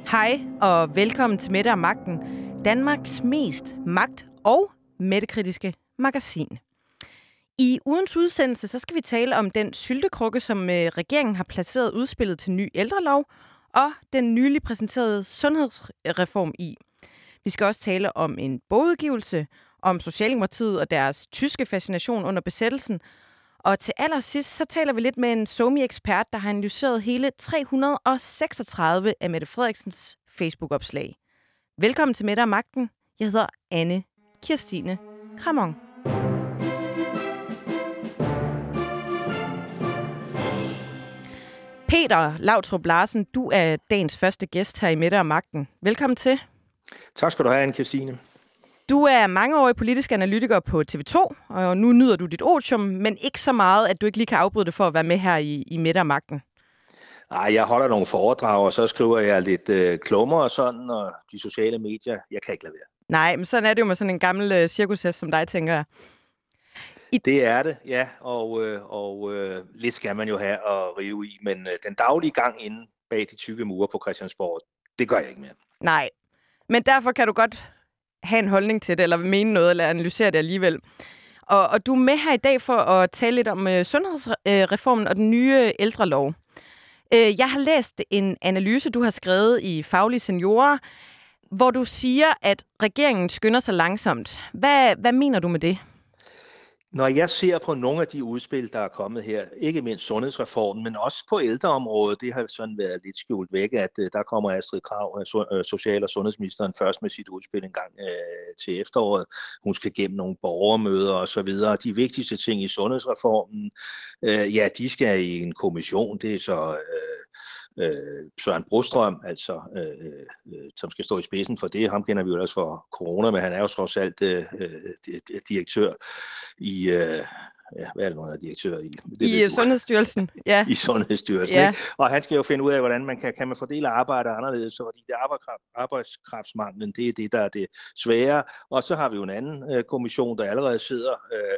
Hej og velkommen til Mette og Magten, Danmarks mest magt- og mættekritiske magasin. I ugens udsendelse så skal vi tale om den syltekrukke, som regeringen har placeret udspillet til ny ældrelov, og den nylig præsenterede sundhedsreform i. Vi skal også tale om en bogudgivelse, om Socialdemokratiet og deres tyske fascination under besættelsen. Og til allersidst, så taler vi lidt med en SoMe-ekspert, der har analyseret hele 336 af Mette Frederiksens Facebook-opslag. Velkommen til Mette og Magten. Jeg hedder Anne Kirstine Kramon. Peter Lautrup Larsen, du er dagens første gæst her i Mette og Magten. Velkommen til. Tak skal du have, Anne Kirstine. Du er mangeårig politisk analytiker på TV2, og nu nyder du dit otium, men ikke så meget, at du ikke lige kan afbryde det for at være med her i Mette og Magten. Nej, jeg holder nogle foredrag, og så skriver jeg lidt klummer og sådan, og de sociale medier, jeg kan ikke lade være. Nej, men sådan er det jo med sådan en gammel cirkushest som dig, tænker jeg. Det er det, ja, og lidt skal man jo have at rive i, men den daglige gang inde bag de tykke mure på Christiansborg, det gør jeg ikke mere. Nej, men derfor kan du godt have en holdning til det, eller mene noget, eller analysere det alligevel. Og du er med her i dag for at tale lidt om sundhedsreformen og den nye ældrelov. Jeg har læst en analyse, du har skrevet i Faglige Seniorer, hvor du siger, at regeringen skynder sig langsomt. Hvad mener du med det? Når jeg ser på nogle af de udspil, der er kommet her, ikke mindst sundhedsreformen, men også på ældreområdet, det har sådan været lidt skjult væk, at der kommer Astrid Krag, social- og sundhedsministeren, først med sit udspil en gang til efteråret. Hun skal gennem nogle borgermøder og så videre. De vigtigste ting i sundhedsreformen, de skal i en kommission. Det er så Søren Brostrøm, som skal stå i spidsen for det. Ham kender vi jo også for corona, men han er jo trods alt direktør i... hvad er det, nogen er direktør i? I Sundhedsstyrelsen, ja. I Sundhedsstyrelsen, ja. Ikke? Og han skal jo finde ud af, hvordan man kan fordele arbejde anderledes, fordi det arbejdskraftsmanglen, det er det, der er det svære. Og så har vi jo en anden kommission, der allerede sidder,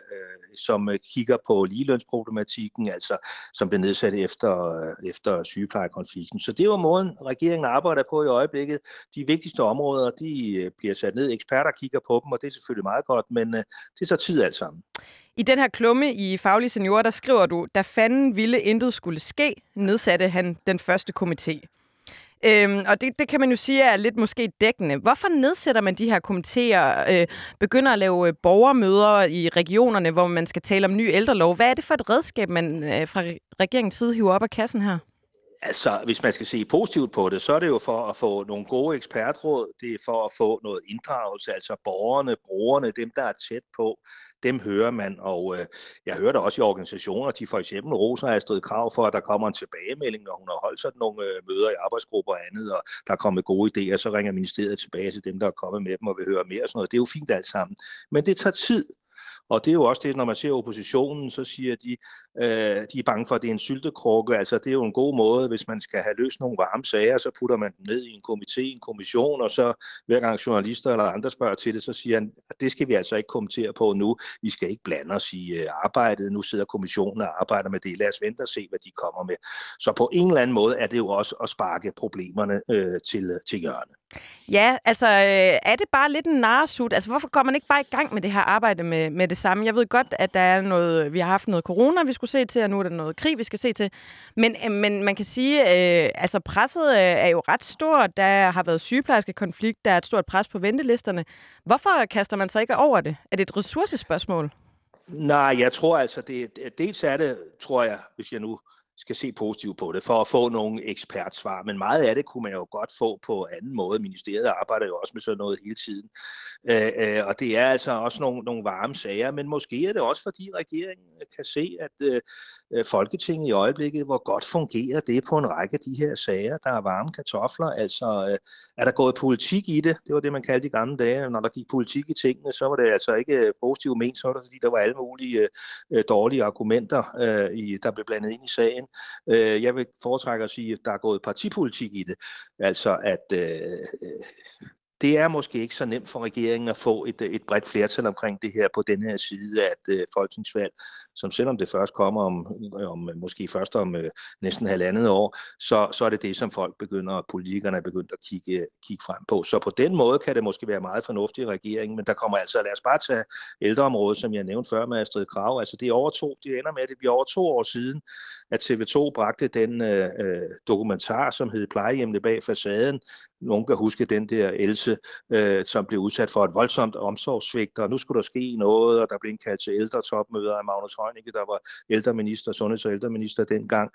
som kigger på ligelønsproblematikken, altså som blev nedsat efter sygeplejekonflikten. Så det er jo måden, regeringen arbejder på i øjeblikket. De vigtigste områder, de bliver sat ned. Eksperter kigger på dem, og det er selvfølgelig meget godt, men det tager tid alt sammen. I den her klumme i Faglige Seniorer, der skriver du, da fanden ville intet skulle ske, nedsatte han den første komité. Og det kan man jo sige er lidt måske dækkende. Hvorfor nedsætter man de her komitéer, begynder at lave borgermøder i regionerne, hvor man skal tale om ny ældrelov? Hvad er det for et redskab, man fra regeringens side hiver op af kassen her? Altså, hvis man skal se positivt på det, så er det jo for at få nogle gode ekspertråd. Det er for at få noget inddragelse, altså borgerne, brugerne, dem der er tæt på, dem hører man. Og jeg hører det også i organisationer, de for eksempel roser Astrid Krag for, at der kommer en tilbagemelding, når hun har holdt sådan nogle møder i arbejdsgrupper og andet, og der er kommet gode idéer, så ringer ministeriet tilbage til dem, der er kommet med dem og vil høre mere og sådan noget. Det er jo fint alt sammen. Men det tager tid. Og det er jo også det, når man ser oppositionen, så siger de er bange for, at det er en syltekrukke. Altså, det er jo en god måde, hvis man skal have løst nogle varme sager, så putter man dem ned i en komité, en kommission, og så hver gang journalister eller andre spørger til det, så siger han, at det skal vi altså ikke kommentere på nu. Vi skal ikke blande os i arbejdet. Nu sidder kommissionen og arbejder med det. Lad os vente og se, hvad de kommer med. Så på en eller anden måde er det jo også at sparke problemerne til hjørne. Ja, altså er det bare lidt en narresut? Altså hvorfor går man ikke bare i gang med det her arbejde med det samme? Jeg ved godt, at der er noget, vi har haft noget corona, vi skulle se til, og nu er der noget krig, vi skal se til. Men man kan sige, altså presset er jo ret stort. Der har været sygeplejerskekonflikt, der er et stort pres på ventelisterne. Hvorfor kaster man sig ikke over det? Er det et ressourcespørgsmål? Nej, jeg tror altså, dels er det, tror jeg, hvis jeg nu skal se positivt på det, for at få nogle ekspertsvar. Men meget af det kunne man jo godt få på anden måde. Ministeriet arbejder jo også med sådan noget hele tiden. Og det er altså også nogle varme sager, men måske er det også, fordi regeringen kan se, at Folketinget i øjeblikket, hvor godt fungerer det på en række af de her sager. Der er varme kartofler, altså er der gået politik i det? Det var det, man kaldte i gamle dage. Når der gik politik i tingene, så var det altså ikke positivt ment, så var det, fordi der var alle mulige dårlige argumenter, der blev blandet ind i sagen. Jeg vil foretrække at sige, at der er gået partipolitik i det. Altså, at det er måske ikke så nemt for regeringen at få et bredt flertal omkring det her på den her side af et folketingsvalg. som selvom det først kommer måske først om næsten halvandet år, så er det som politikerne er begyndt at kigge frem på. Så på den måde kan det måske være meget fornuftigt i regeringen, men der kommer altså, lad os bare tage ældreområdet, som jeg nævnte før med Astrid Krag, altså det ender med, at det bliver over 2 år siden, at TV2 bragte den dokumentar, som hed Plejehjemmene bag facaden. Nogen kan huske den der Else, som blev udsat for et voldsomt omsorgssvigt, og nu skulle der ske noget, og der blev indkaldt til ældretopmøder af Magnus Heunicke, der var sundheds- og ældreminister dengang.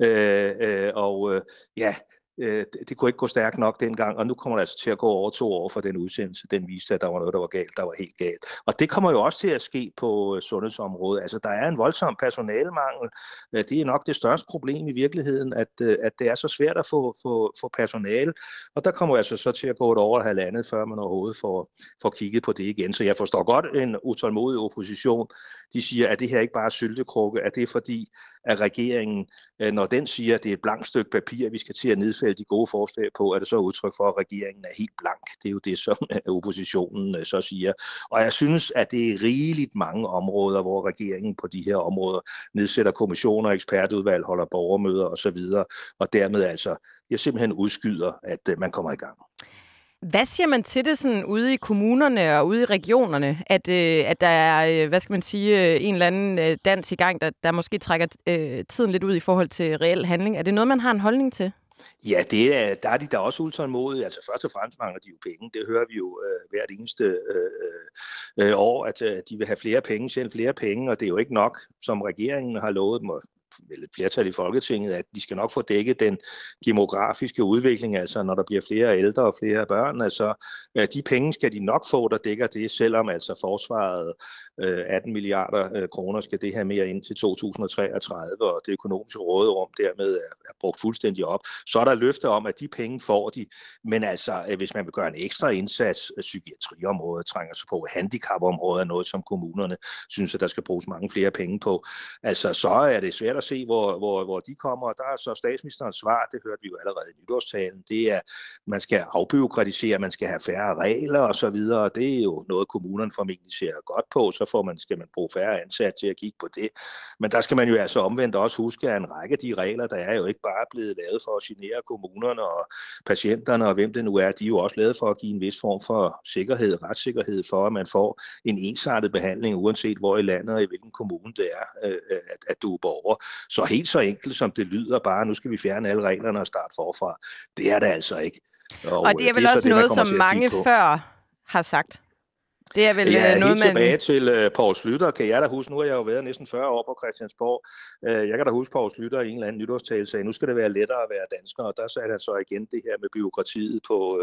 Det kunne ikke gå stærkt nok dengang, og nu kommer det altså til at gå over 2 år for den udsendelse. Den viste, at der var noget, der var galt, der var helt galt. Og det kommer jo også til at ske på sundhedsområdet. Altså, der er en voldsom personalemangel. Det er nok det største problem i virkeligheden, at det er så svært at få personale. Og der kommer altså så til at gå et år og halvandet, før man overhovedet får kigget på det igen. Så jeg forstår godt en utålmodig opposition. De siger, at det her ikke bare er syltekrukke, at det er fordi, at regeringen, når den siger, at det er et blankt stykke papir, vi skal til at nedfælde de gode forslag på, er det så udtryk for, at regeringen er helt blank. Det er jo det, som oppositionen så siger. Og jeg synes, at det er rigeligt mange områder, hvor regeringen på de her områder nedsætter kommissioner, ekspertudvalg, holder borgermøder osv., og dermed altså simpelthen udskyder, at man kommer i gang. Hvad siger man til det sådan ude i kommunerne og ude i regionerne, at der er, hvad skal man sige, en eller anden dans i gang, der måske trækker tiden lidt ud i forhold til reel handling? Er det noget, man har en holdning til? Ja, der er de da også utålmodige. Altså først og fremmest mangler de jo penge. Det hører vi jo hvert eneste år, at de vil have flere penge, og det er jo ikke nok, som regeringen har lovet dem, vel et flertal i Folketinget, at de skal nok få dækket den demografiske udvikling, altså når der bliver flere ældre og flere børn, altså de penge skal de nok få, der dækker det, selvom altså forsvaret 18 milliarder kroner skal det her mere ind til 2033, og det økonomiske råderum dermed er brugt fuldstændig op. Så er der løfte om, at de penge får de, men altså hvis man vil gøre en ekstra indsats, psykiatriområdet trænger sig på, handicapområdet er noget, som kommunerne synes, at der skal bruges mange flere penge på. Altså så er det svært at se, hvor de kommer, og der er så statsministerens svar, det hørte vi jo allerede i nytårstalen, det er, man skal afbureaukratisere, man skal have færre regler og så videre, og det er jo noget, kommunerne formentlig ser godt på, så skal man bruge færre ansat til at kigge på det. Men der skal man jo altså omvendt også huske, at en række af de regler, der er jo ikke bare blevet lavet for at genere kommunerne og patienterne, og hvem det nu er, de er jo også lavet for at give en vis form for sikkerhed, retssikkerhed for, at man får en ensartet behandling, uanset hvor i landet og i hvilken kommune det er, at du er borger. Så helt så enkelt som det lyder bare, nu skal vi fjerne alle reglerne og starte forfra. Det er det altså ikke. Og det er vel også noget, som mange før har sagt. Det er vel noget, tilbage til Poul Schlüter, kan jeg da huske, nu har jeg jo været næsten 40 år på Christiansborg. Jeg kan da huske, Poul Schlüter i en eller anden nytårstale sagde, nu skal det være lettere at være dansker, og der sagde han så igen det her med bureaukratiet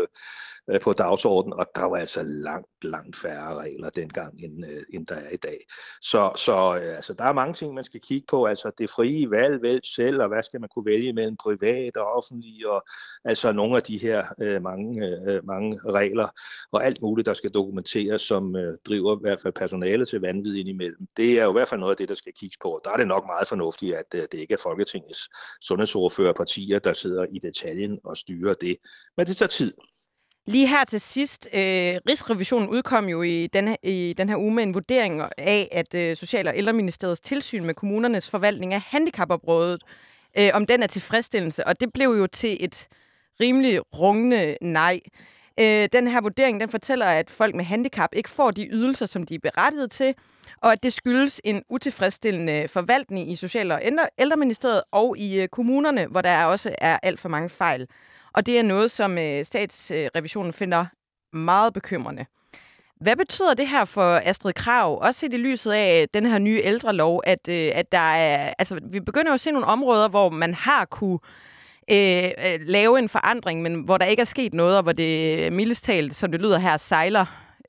på dagsordenen, og der var altså langt færre regler dengang, end der er i dag. Så altså, der er mange ting, man skal kigge på, altså det frie valg selv, og hvad skal man kunne vælge mellem privat og offentlig, og altså nogle af de her mange regler, og alt muligt, der skal dokumenteres, som driver i hvert fald personale til vanvid indimellem. Det er jo i hvert fald noget af det, der skal kigges på. Der er det nok meget fornuftigt, at det ikke er Folketingets sundhedsordførerpartier, der sidder i detaljen og styrer det. Men det tager tid. Lige her til sidst, Rigsrevisionen udkom jo i den her uge med en vurdering af, at Social- og Ældreministeriets tilsyn med kommunernes forvaltning af handicapområdet, om den er tilfredsstillelse, og det blev jo til et rimelig rungende nej. Den her vurdering, den fortæller, at folk med handicap ikke får de ydelser, som de er berettiget til, og at det skyldes en utilfredsstillende forvaltning i Social- og Ældreministeriet og i kommunerne, hvor der også er alt for mange fejl. Og det er noget, som statsrevisionen finder meget bekymrende. Hvad betyder det her for Astrid Krag, også set i lyset af den her nye ældrelov, at der er, altså vi begynder jo at se nogle områder, hvor man har kunne lave en forandring, men hvor der ikke er sket noget, og hvor det mildest talt, som det lyder her, sejler?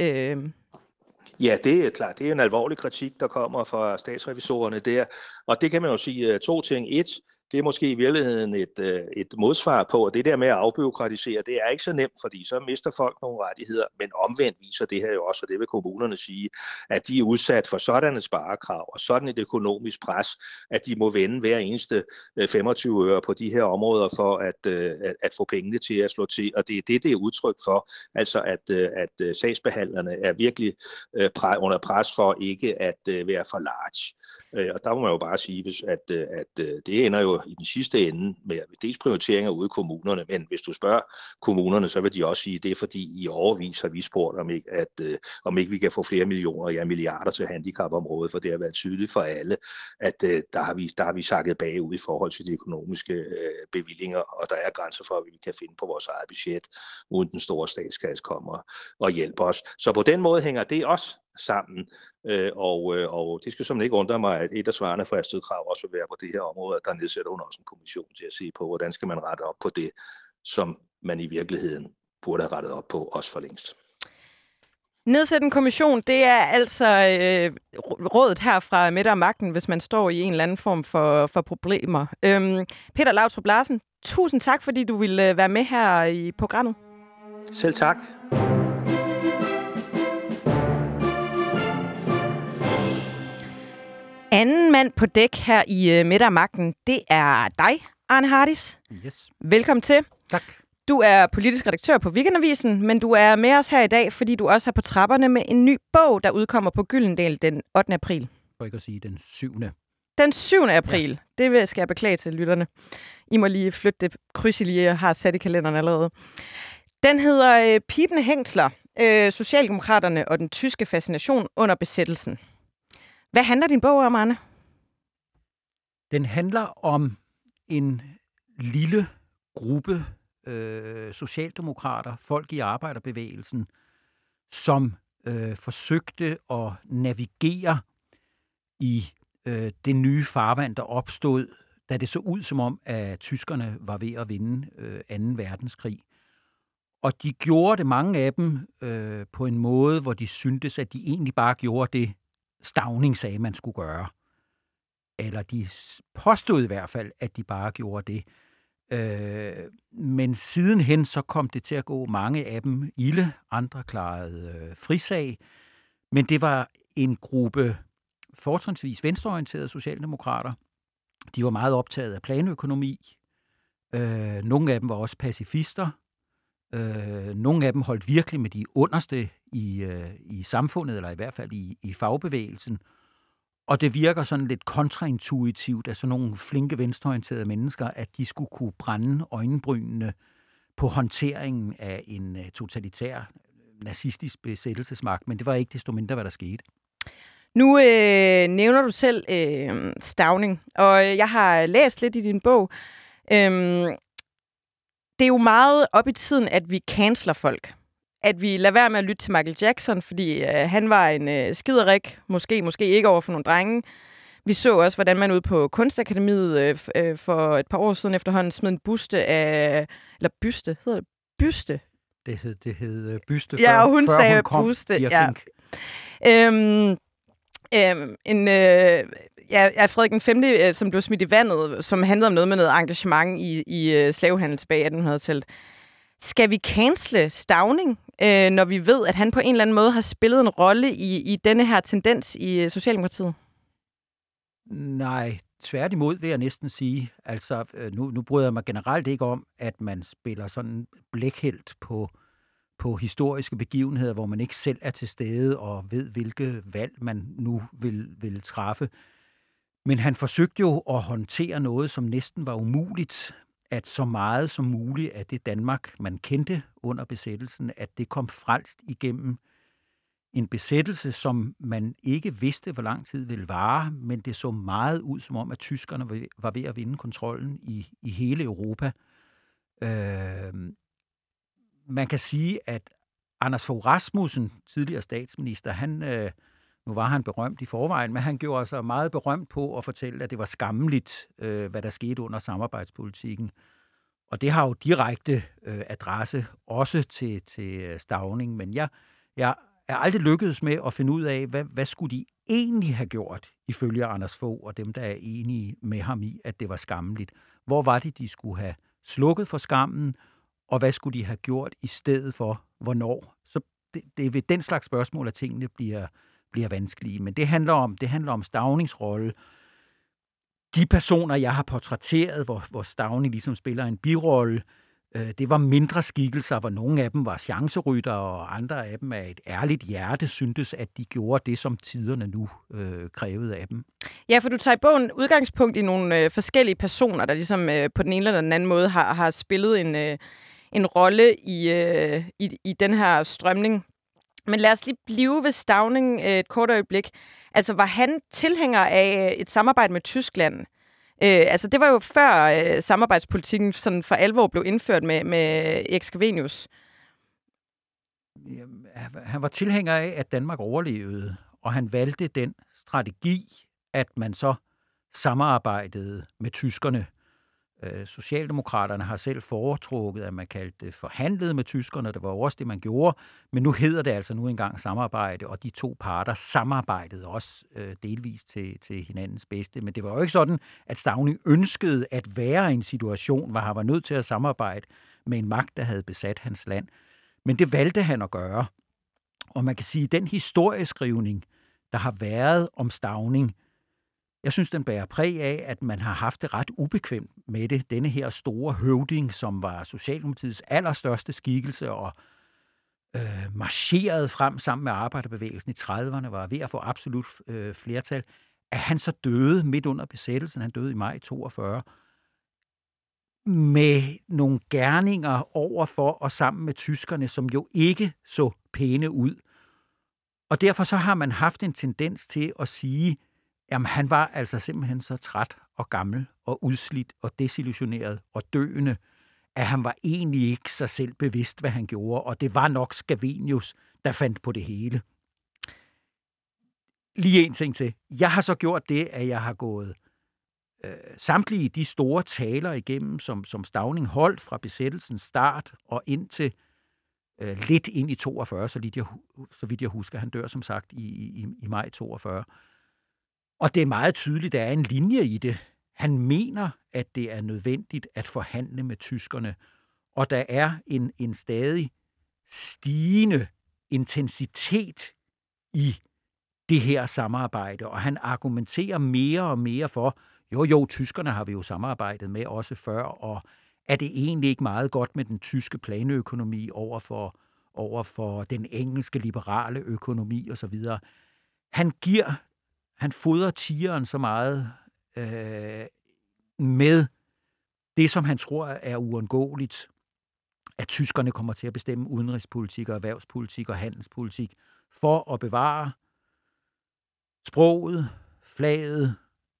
Ja, det er klart. Det er en alvorlig kritik, der kommer fra statsrevisorerne der. Og det kan man jo sige 2 ting. 1, det er måske i virkeligheden et modsvar på, at det der med at afbureaukratisere, det er ikke så nemt, fordi så mister folk nogle rettigheder, men omvendt viser det her jo også, og det vil kommunerne sige, at de er udsat for sådanne sparekrav og sådan et økonomisk pres, at de må vende hver eneste 25 øre på de her områder for at få pengene til at slå til, og det er det er udtryk for, altså at sagsbehandlerne er virkelig under pres for ikke at være for large. Og der må man jo bare sige, at det ender jo i den sidste ende med dels prioriteringer ude i kommunerne, men hvis du spørger kommunerne, så vil de også sige, at det er fordi i årevis har vi spurgt, om ikke vi kan få flere millioner, milliarder til handicapområdet, for det har været tydeligt for alle, at der har vi sakket bagud i forhold til de økonomiske bevillinger, og der er grænser for, hvad vi kan finde på vores eget budget, uden den store statskasse kommer og hjælper os. Så på den måde hænger det også sammen, og det skal simpelthen ikke undre mig, at et af svarene for Astrid Krag også vil være på det her område, at der nedsætter hun også en kommission til at se på, hvordan skal man rette op på det, som man i virkeligheden burde have rettet op på, også for længst. Nedsætte en kommission, det er altså rådet her fra Mette og Magten, hvis man står i en eller anden form for problemer. Peter Lautrup Larsen, tusind tak, fordi du ville være med her i programmet. Selv tak. Anden mand på dæk her i Mette og Magten, det er dig, Arne Hardis. Yes. Velkommen til. Tak. Du er politisk redaktør på Weekendavisen, men du er med os her i dag, fordi du også er på trapperne med en ny bog, der udkommer på Gyldendal den 8. april. For ikke at sige den 7. Den 7. april. Ja. Det skal jeg beklage til lytterne. I må lige flytte det kryds, I lige har sat i kalenderen allerede. Den hedder Pibende Hængsler, Socialdemokraterne og den tyske fascination under besættelsen. Hvad handler din bog om, Arne? Den handler om en lille gruppe socialdemokrater, folk i arbejderbevægelsen, som forsøgte at navigere i det nye farvand, der opstod, da det så ud som om, at tyskerne var ved at vinde 2. verdenskrig. Og de gjorde det, mange af dem, på en måde, hvor de syntes, at de egentlig bare gjorde det, Stauning sagde, man skulle gøre. Eller de påstod i hvert fald, at de bare gjorde det. Men sidenhen så kom det til at gå mange af dem ilde, andre klarede frisag. Men det var en gruppe fortrinsvis venstreorienterede socialdemokrater. De var meget optaget af planøkonomi. Nogle af dem var også pacifister. Nogle af dem holdt virkelig med de underste i samfundet, eller i hvert fald i fagbevægelsen. Og det virker sådan lidt kontraintuitivt af sådan nogle flinke venstreorienterede mennesker, at de skulle kunne brænde øjenbrynene på håndteringen af en totalitær nazistisk besættelsesmagt, men det var ikke desto mindre, hvad der skete. Nu nævner du selv Stauning, og jeg har læst lidt i din bog. Det er jo meget op i tiden, at vi canceler folk. At vi lader være med at lytte til Michael Jackson, fordi han var en skiderik, måske ikke over for nogle drenge. Vi så også, hvordan man ude på Kunstakademiet for et par år siden efterhånden smed en buste af... Eller byste, hedder det? Byste? Det hed byste, ja, hun før sagde hun kom. Buste, ja. Frederik V, som blev smidt i vandet, som handlede om noget med noget engagement i slavehandel tilbage i 1800-tallet. Skal vi cancele Stauning, når vi ved, at han på en eller anden måde har spillet en rolle i denne her tendens i Socialdemokratiet? Nej, tværtimod vil jeg næsten sige. Altså, nu bryder jeg mig generelt ikke om, at man spiller sådan blækhelt på historiske begivenheder, hvor man ikke selv er til stede og ved, hvilke valg man nu vil træffe. Men han forsøgte jo at håndtere noget, som næsten var umuligt, at så meget som muligt af det Danmark, man kendte under besættelsen, at det kom frelst igennem en besættelse, som man ikke vidste, hvor lang tid ville vare, men det så meget ud som om, at tyskerne var ved at vinde kontrollen i hele Europa. Man kan sige, at Anders Fogh Rasmussen, tidligere statsminister, nu var han berømt i forvejen, men han gjorde sig meget berømt på at fortælle, at det var skammeligt, hvad der skete under samarbejdspolitikken. Og det har jo direkte adresse også til Stauning, men jeg er aldrig lykkedes med at finde ud af, hvad skulle de egentlig have gjort, ifølge Anders Fogh og dem, der er enige med ham i, at det var skammeligt. Hvor var det, de skulle have slukket for skammen, og hvad skulle de have gjort i stedet for, hvornår? Så det er ved den slags spørgsmål, at tingene bliver vanskelige. Men det handler om Staunings rolle. De personer, jeg har portrætteret, hvor Stauning ligesom spiller en birolle, Det var mindre skikkelser, hvor nogle af dem var chancerytter, og andre af dem af et ærligt hjerte syntes, at de gjorde det, som tiderne nu krævede af dem. Ja, for du tager i bogen udgangspunkt i nogle forskellige personer, der ligesom på den ene eller den anden måde har spillet en rolle i den her strømning. Men lad os lige blive ved Stauning et kort øjeblik. Altså, var han tilhænger af et samarbejde med Tyskland? Altså, det var jo før samarbejdspolitikken sådan for alvor blev indført med Erik Scavenius. Han var tilhænger af, at Danmark overlevede, og han valgte den strategi, at man så samarbejdede med tyskerne. Socialdemokraterne har selv foretrukket, at man kaldte det forhandlede med tyskerne, det var også det, man gjorde, men nu hedder det altså nu engang samarbejde, og de to parter samarbejdede også delvis til hinandens bedste. Men det var jo ikke sådan, at Stauning ønskede at være i en situation, hvor han var nødt til at samarbejde med en magt, der havde besat hans land. Men det valgte han at gøre. Og man kan sige, at den historieskrivning, der har været om Stauning, jeg synes, den bærer præg af, at man har haft det ret ubekvemt med det. Denne her store høvding, som var Socialdemokratiets allerstørste skikkelse og marcherede frem sammen med arbejderbevægelsen i 30'erne, var ved at få absolut flertal, at han så døde midt under besættelsen. Han døde i maj 42 med nogle gerninger overfor og sammen med tyskerne, som jo ikke så pæne ud. Og derfor så har man haft en tendens til at sige, jamen han var altså simpelthen så træt og gammel og udslidt og desillusioneret og døende, at han var egentlig ikke sig selv bevidst, hvad han gjorde, og det var nok Scavenius, der fandt på det hele. Lige en ting til. Jeg har så gjort det, at jeg har gået samtlige de store taler igennem, som Stauning holdt fra besættelsens start og indtil lidt ind i 42, så vidt jeg husker. Han dør som sagt i maj 42. Og det er meget tydeligt, der er en linje i det. Han mener, at det er nødvendigt at forhandle med tyskerne, og der er en stadig stigende intensitet i det her samarbejde, og han argumenterer mere og mere for, jo, tyskerne har vi jo samarbejdet med også før, og er det egentlig ikke meget godt med den tyske planøkonomi over for den engelske liberale økonomi osv. Han fodrer tigeren så meget med det, som han tror er uundgåeligt, at tyskerne kommer til at bestemme udenrigspolitik og erhvervspolitik og handelspolitik for at bevare sproget, flaget,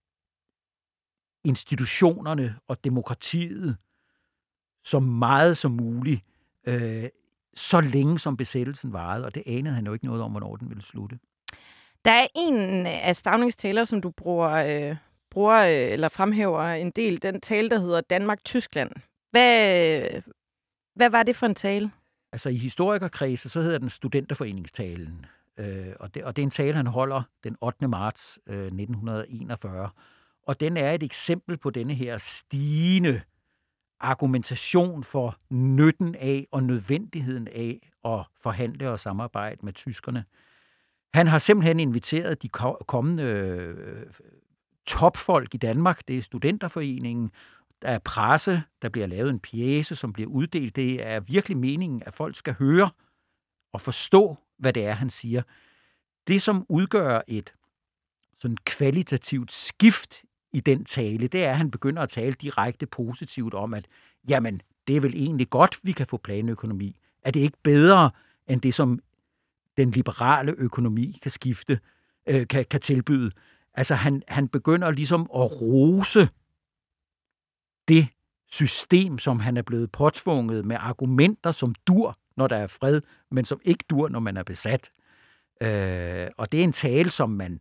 institutionerne og demokratiet så meget som muligt, så længe som besættelsen varede, og det anede han jo ikke noget om, hvornår den ville slutte. Der er en af Staunings taler, som du bruger eller fremhæver en del, den tale, der hedder Danmark-Tyskland. Hvad var det for en tale? Altså i historikerkredse, så hedder den Studenterforeningstalen, og det er en tale, han holder den 8. marts 1941, og den er et eksempel på denne her stigende argumentation for nytten af og nødvendigheden af at forhandle og samarbejde med tyskerne. Han har simpelthen inviteret de kommende topfolk i Danmark. Det er Studenterforeningen, der er presse, der bliver lavet en pjece, som bliver uddelt. Det er virkelig meningen, at folk skal høre og forstå, hvad det er, han siger. Det, som udgør et sådan kvalitativt skift i den tale, det er, at han begynder at tale direkte positivt om, at jamen, det er vel egentlig godt, vi kan få planøkonomi. Er det ikke bedre, end det, som den liberale økonomi kan tilbyde? Altså, han begynder ligesom at rose det system, som han er blevet påtvunget med argumenter, som dur, når der er fred, men som ikke dur, når man er besat. Og det er en tale, som man...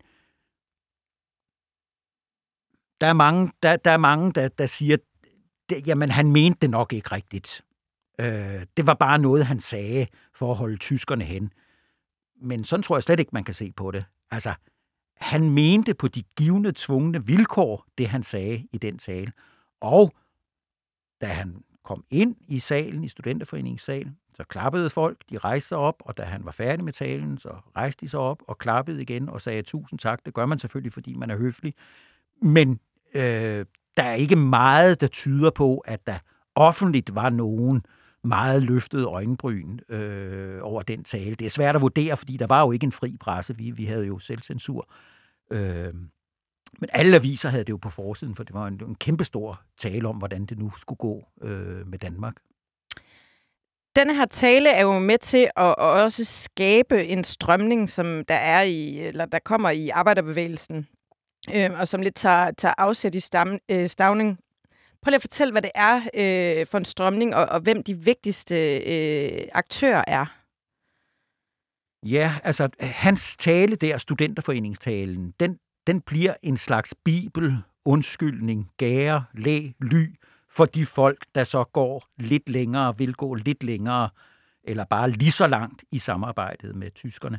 Der er mange, der siger, jamen han mente det nok ikke rigtigt. Det var bare noget, han sagde for at holde tyskerne hen. Men sådan tror jeg slet ikke, man kan se på det. Altså, han mente på de givne, tvungne vilkår, det han sagde i den tale. Og da han kom ind i salen, i Studenterforeningssalen, så klappede folk, de rejste sig op, og da han var færdig med talen, så rejste de sig op og klappede igen og sagde 1000 tak. Det gør man selvfølgelig, fordi man er høflig. Men der er ikke meget, der tyder på, at der offentligt var nogen meget løftede øjenbryn over den tale. Det er svært at vurdere, fordi der var jo ikke en fri presse. Vi havde jo selvcensur. Men alle aviser havde det jo på forsiden, for det var en kæmpestor tale om, hvordan det nu skulle gå med Danmark. Denne her tale er jo med til at også skabe en strømning, som der kommer i arbejderbevægelsen, og som lidt tager afsæt i Stauning. Prøv lige at fortælle, hvad det er for en strømning, og hvem de vigtigste aktører er. Ja, altså hans tale der, studenterforeningstalen, den bliver en slags bibel, undskyldning, gære, læg, ly for de folk, der så går lidt længere, vil gå lidt længere, eller bare lige så langt i samarbejdet med tyskerne.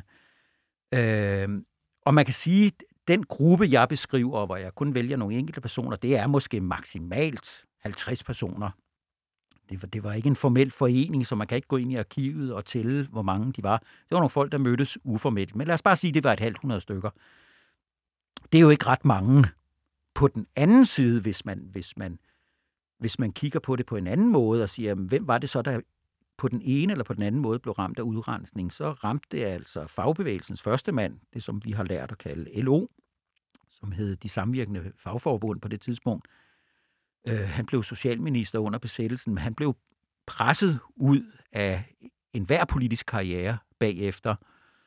Og man kan sige, den gruppe, jeg beskriver, hvor jeg kun vælger nogle enkelte personer, det er måske maksimalt 50 personer. Det var ikke en formel forening, så man kan ikke gå ind i arkivet og tælle, hvor mange de var. Det var nogle folk, der mødtes uformelt. Men lad os bare sige, at det var 500 stykker. Det er jo ikke ret mange. På den anden side, hvis man kigger på det på en anden måde og siger, jamen, hvem var det så, der på den ene eller på den anden måde blev ramt af udrensning, så ramte det altså fagbevægelsens første mand, det som vi har lært at kalde LO, som hed De Samvirkende Fagforbund på det tidspunkt. Han blev socialminister under besættelsen, men han blev presset ud af enhver politisk karriere bagefter.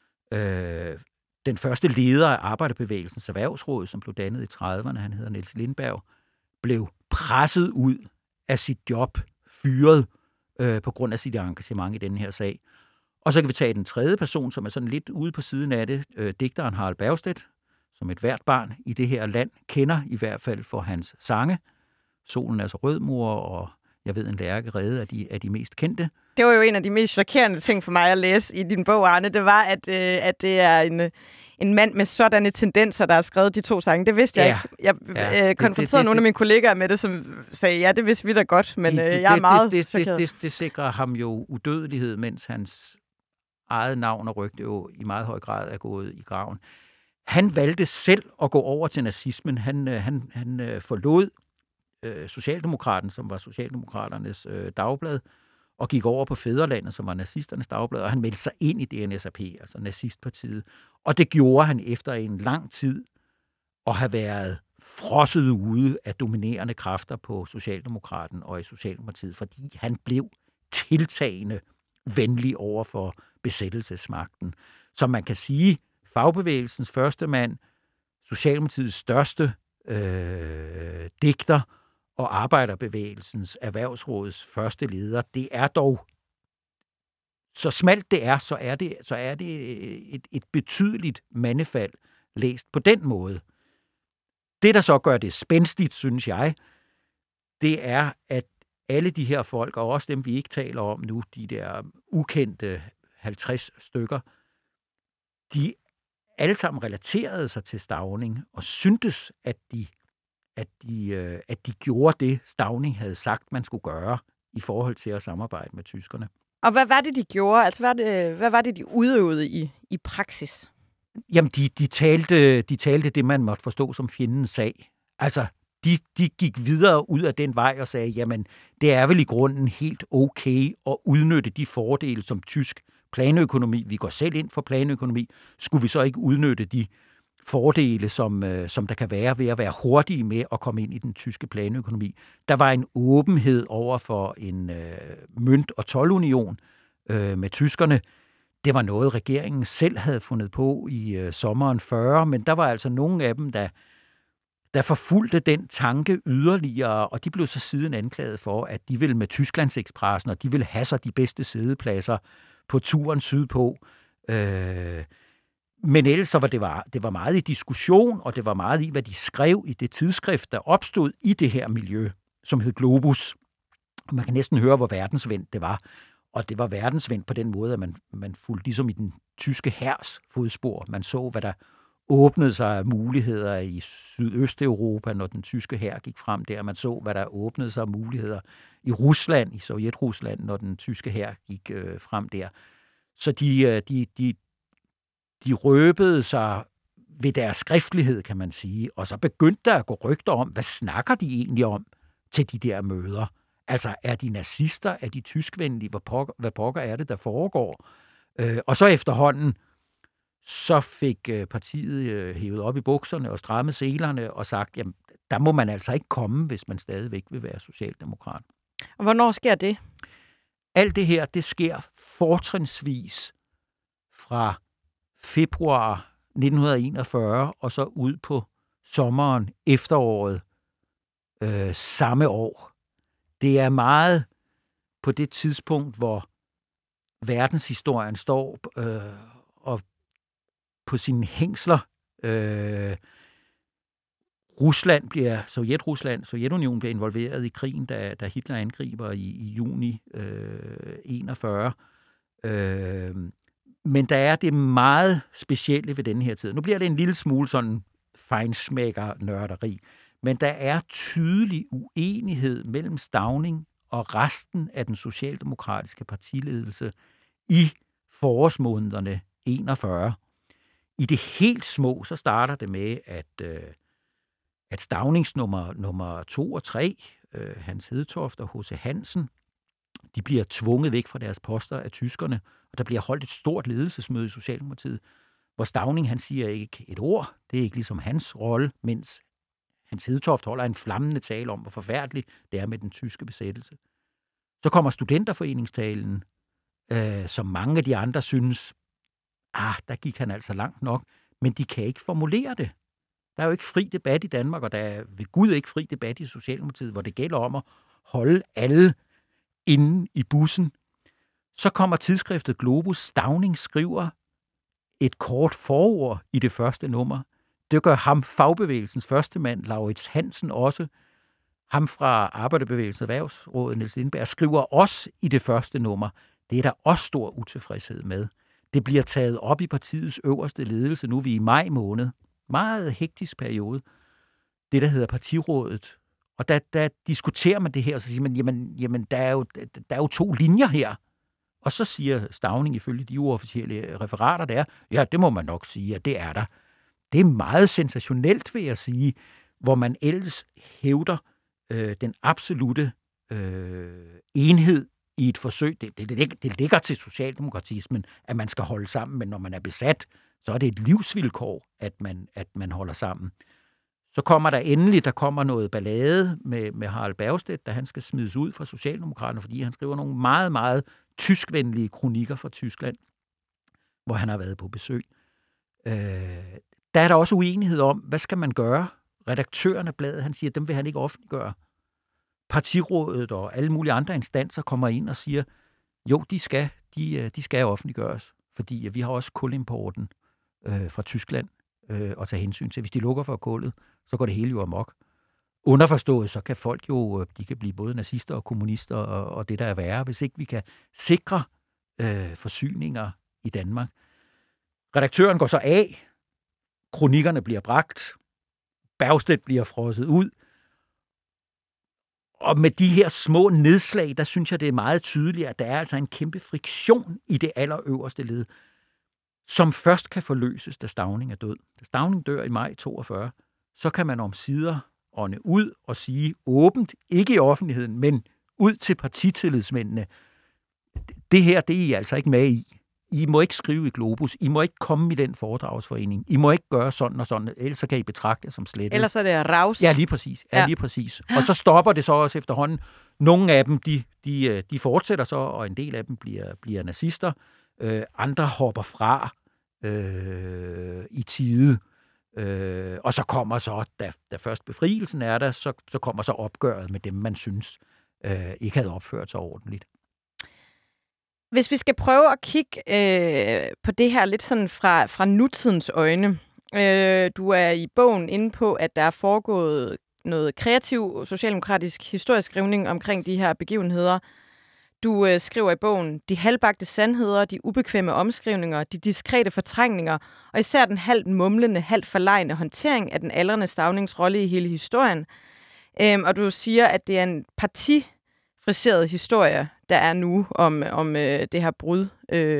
Den første leder af Arbejderbevægelsens Erhvervsråd, som blev dannet i 30'erne, han hedder Niels Lindberg, blev presset ud af sit job, fyret på grund af sit engagement i denne her sag. Og så kan vi tage den tredje person, som er sådan lidt ude på siden af det, digteren Harald Bergstedt, som et hvert barn i det her land kender i hvert fald for hans sange. Solen er så rød, mor, og jeg ved, en lærke redde er de mest kendte. Det var jo en af de mest chokerende ting for mig at læse i din bog, Arne. Det var, at det er en mand med sådanne tendenser, der har skrevet de to sange. Det vidste jeg ikke. Jeg konfronterede nogle af mine kollegaer med det, som sagde, ja, det vidste vi da godt, men jeg er meget chokeret. Det sikrer ham jo udødelighed, mens hans eget navn og rygte jo i meget høj grad er gået i graven. Han valgte selv at gå over til nazismen. Han forlod Socialdemokraten, som var Socialdemokraternes dagblad, og gik over på Fædrelandet, som var nazisternes dagblad, og han meldte sig ind i DNSAP, altså nazistpartiet. Og det gjorde han efter en lang tid at have været frosset ude af dominerende kræfter på Socialdemokraten og i Socialdemokratiet, fordi han blev tiltagende venlig over for besættelsesmagten. Så man kan sige, fagbevægelsens første mand, Socialdemokratiets største digter, og Arbejderbevægelsens Erhvervsråds første leder, det er dog, så smalt det er, så er det et betydeligt mandefald læst på den måde. Det, der så gør det spændstigt, synes jeg, det er, at alle de her folk, og også dem, vi ikke taler om nu, de der ukendte 50 stykker, de alle sammen relaterede sig til Stauning, og syntes, at de gjorde det, Stauning havde sagt, man skulle gøre i forhold til at samarbejde med tyskerne. Og hvad var det, de gjorde? Altså, hvad var det, de udøvede i praksis? Jamen, de talte det, man måtte forstå som fjendens sag. Altså, de gik videre ud af den vej og sagde, jamen, det er vel i grunden helt okay at udnytte de fordele som tysk planøkonomi. Vi går selv ind for planøkonomi. Skulle vi så ikke udnytte de fordele, som der kan være ved at være hurtige med at komme ind i den tyske planøkonomi? Der var en åbenhed over for en mønt- og toldunion med tyskerne. Det var noget, regeringen selv havde fundet på i sommeren 40, men der var altså nogle af dem, der forfulgte den tanke yderligere, og de blev så siden anklaget for, at de ville med Tysklandsekspressen, og de ville have sig de bedste sædepladser på turen sydpå. Men ellers så var det var meget i diskussion, og det var meget i, hvad de skrev i det tidsskrift, der opstod i det her miljø, som hed Globus. Man kan næsten høre, hvor verdensvendt det var. Og det var verdensvendt på den måde, at man fulgte ligesom i den tyske hærs fodspor. Man så, hvad der åbnede sig af muligheder i Sydøsteuropa, når den tyske hær gik frem der. Man så, hvad der åbnede sig af muligheder i Rusland, i Sovjetrusland, når den tyske hær gik frem der. Så de røbede sig ved deres skriftlighed, kan man sige, og så begyndte der at gå rygter om, hvad snakker de egentlig om til de der møder? Altså, er de nazister? Er de tyskvenlige? Hvad pokker er det, der foregår? Og så efterhånden, så fik partiet hævet op i bukserne og strammet selerne og sagt, jamen, der må man altså ikke komme, hvis man stadigvæk vil være socialdemokrat. Og hvornår sker det? Alt det her, det sker fortrinsvis fra februar 1941 og så ud på sommeren, efteråret samme år. Det er meget på det tidspunkt, hvor verdenshistorien står og på sine hængsler. Sovjetunionen bliver involveret i krigen, da Hitler angriber i juni 41. Men der er det meget specielle ved denne her tid. Nu bliver det en lille smule sådan feinschmecker-nørderi, men der er tydelig uenighed mellem Stauning og resten af den socialdemokratiske partiledelse i forårsmånederne 41. I det helt små, så starter det med, at Staunings nummer 2 og 3, Hans Hedtoft og H.C. Hansen, de bliver tvunget væk fra deres poster af tyskerne, og der bliver holdt et stort ledelsesmøde i Socialdemokratiet, hvor Stauning, han siger ikke et ord, det er ikke ligesom hans rolle, mens Hans Hedtoft holder en flammende tale om, hvor forfærdeligt det er med den tyske besættelse. Så kommer studenterforeningstalen, som mange af de andre synes, der gik han altså langt nok, men de kan ikke formulere det. Der er jo ikke fri debat i Danmark, og der er ved Gud ikke fri debat i Socialdemokratiet, hvor det gælder om at holde alle inde i bussen. Så kommer tidsskriftet Globus. Stauning skriver et kort forord i det første nummer. Det gør ham, fagbevægelsens første mand, Laurits Hansen også. Ham fra Arbejderbevægelsens Erhvervsråd, Niels Lindberg, skriver også i det første nummer. Det er der også stor utilfredshed med. Det bliver taget op i partiets øverste ledelse. Nu er vi i maj måned. Meget hektisk periode. Det, der hedder partirådet. Og der diskuterer man det her, og så siger man, jamen der er jo 2 linjer her. Og så siger Stauning ifølge de uofficielle referater, der er, ja, det må man nok sige, at det er der. Det er meget sensationelt, vil jeg sige, hvor man ellers hævder den absolute enhed i et forsøg. Det ligger til socialdemokratismen, at man skal holde sammen, men når man er besat, så er det et livsvilkår, at man holder sammen. Så kommer der kommer noget ballade med Harald Bergstedt, da han skal smides ud fra Socialdemokraterne, fordi han skriver nogle meget, meget tyskvenlige kronikker fra Tyskland, hvor han har været på besøg. Der er der også uenighed om, hvad skal man gøre? Redaktøren af bladet, han siger, dem vil han ikke offentliggøre. Partirådet og alle mulige andre instanser kommer ind og siger, jo, de skal offentliggøres, fordi vi har også kulimporten fra Tyskland at tage hensyn til. Hvis de lukker for kullet, så går det hele jo amok. Underforstået, så kan folk jo, de kan blive både nazister og kommunister og det, der er værre, hvis ikke vi kan sikre forsyninger i Danmark. Redaktøren går så af, kronikkerne bliver bragt, Bergstedt bliver frosset ud, og med de her små nedslag, der synes jeg, det er meget tydeligt, at der er altså en kæmpe friktion i det allerøverste led, som først kan forløses, da Stauning er død. Da Stauning dør i maj 42, så kan man omsider ånde ud og sige åbent, ikke i offentligheden, men ud til partitillidsmændene. Det her, det er I altså ikke med i. I må ikke skrive i Globus. I må ikke komme i den foredragsforening. I må ikke gøre sådan og sådan, ellers så kan I betragte det som slettet. Ellers er det raus. Ja, lige præcis. Lige præcis. Og så stopper det så også efterhånden. Nogle af dem, de fortsætter så, og en del af dem bliver nazister. Andre hopper fra i tide. Og så kommer så, da først befrielsen er der, så kommer så opgøret med dem, man synes ikke havde opført sig ordentligt. Hvis vi skal prøve at kigge på det her lidt sådan fra nutidens øjne. Du er i bogen inde på, at der er foregået noget kreativ socialdemokratisk historieskrivning omkring de her begivenheder. Du skriver i bogen, de halvbagte sandheder, de ubekvemme omskrivninger, de diskrete fortrængninger, og især den halvt mumlende, halvt forlegne håndtering af den aldrende Staunings rolle i hele historien. Og du siger, at det er en partifriseret historie, der er nu om det her brud.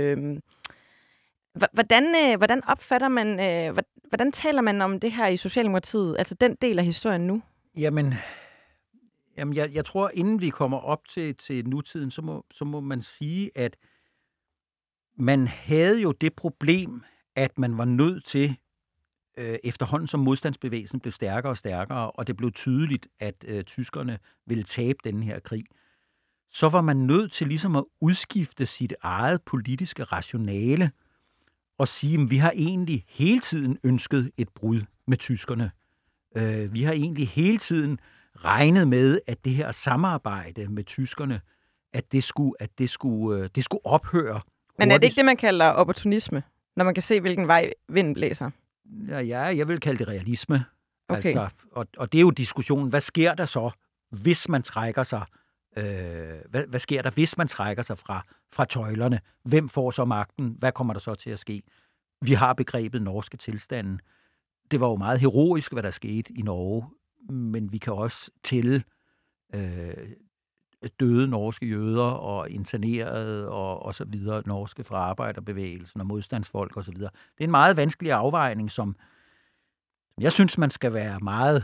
Hvordan opfatter man, hvordan taler man om det her i Socialdemokratiet, altså den del af historien nu? Jamen, Jamen, jeg tror, inden vi kommer op til nutiden, så må man sige, at man havde jo det problem, at man var nødt til, efterhånden som modstandsbevægelsen blev stærkere og stærkere, og det blev tydeligt, at tyskerne ville tabe den her krig, så var man nødt til ligesom at udskifte sit eget politiske rationale og sige, at vi har egentlig hele tiden ønsket et brud med tyskerne. Vi har egentlig hele tiden regnet med, at det her samarbejde med tyskerne, at det skulle ophøre. Men er det ikke det, man kalder opportunisme, når man kan se, hvilken vej vinden blæser? Ja, jeg vil kalde det realisme. Okay. Altså, og det er jo diskussionen, hvad sker der så, hvis man trækker sig? Hvad sker der, hvis man trækker sig fra tøjlerne? Hvem får så magten? Hvad kommer der så til at ske? Vi har begrebet norske tilstanden. Det var jo meget heroisk, hvad der skete i Norge, men vi kan også tælle døde norske jøder og internerede og så videre, norske fra arbejderbevægelsen og modstandsfolk og så videre. Det er en meget vanskelig afvejning, som jeg synes, man skal være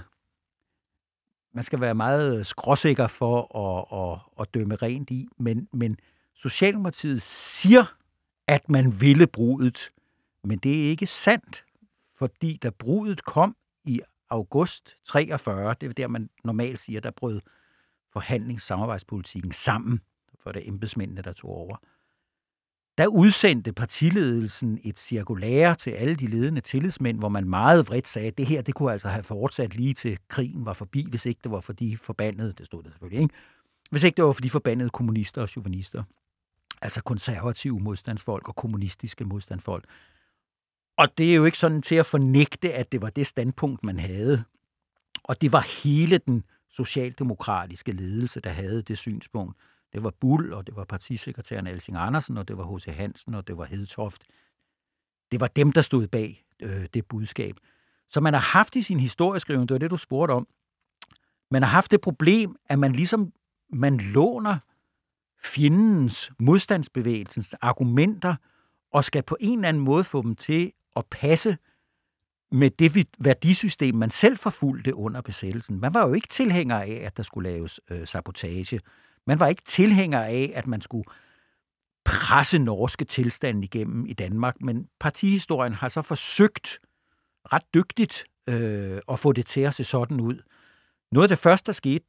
meget skråsikker for at dømme rent i, men Socialdemokratiet siger, at man ville brudet, men det er ikke sandt, fordi da brudet kom i august 43, det er der, man normalt siger, der brød forhandlingssamarbejdspolitikken sammen, for det embedsmændene, der tog over. Der udsendte partiledelsen et cirkulære til alle de ledende tillidsmænd, hvor man meget vredt sagde, at det her, det kunne altså have fortsat lige til krigen var forbi, hvis ikke det var for de forbandede, det stod der selvfølgelig ikke, hvis ikke det var for de forbandede kommunister og chauvinister, altså konservative modstandsfolk og kommunistiske modstandsfolk. Og det er jo ikke sådan til at fornægte, at det var det standpunkt, man havde. Og det var hele den socialdemokratiske ledelse, der havde det synspunkt. Det var Bull, og det var partisekretæren Alsing Andersen, og det var H.C. Hansen, og det var Hedtoft. Det var dem, der stod bag det budskab. Så man har haft i sin historieskrivning, det var det, du spurgte om, man har haft det problem, at man låner fjendens, modstandsbevægelsens argumenter, og skal på en eller anden måde få dem til at passe med det værdisystem, man selv forfulgte under besættelsen. Man var jo ikke tilhænger af, at der skulle laves sabotage. Man var ikke tilhænger af, at man skulle presse norske tilstande igennem i Danmark, men partihistorien har så forsøgt ret dygtigt at få det til at se sådan ud. Noget af det første, der skete,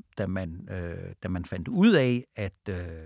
da man fandt ud af, at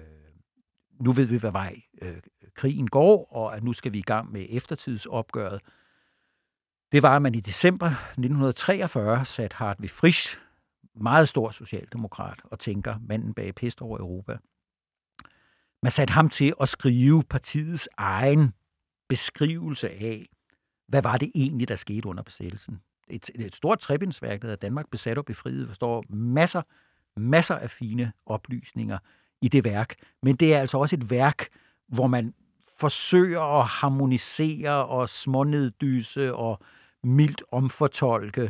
nu ved vi, hvad vej krigen går, og at nu skal vi i gang med eftertidsopgøret, det var, at man i december 1943 satte Hartwig Frisch, meget stor socialdemokrat og tænker, manden bag pest over Europa. Man satte ham til at skrive partiets egen beskrivelse af, hvad var det egentlig, der skete under besættelsen. Et stort trebindsværk, der hedder Danmark besat og befriet, der står masser af fine oplysninger i det værk. Men det er altså også et værk, hvor man forsøger at harmonisere og småneddyse og mildt omfortolke,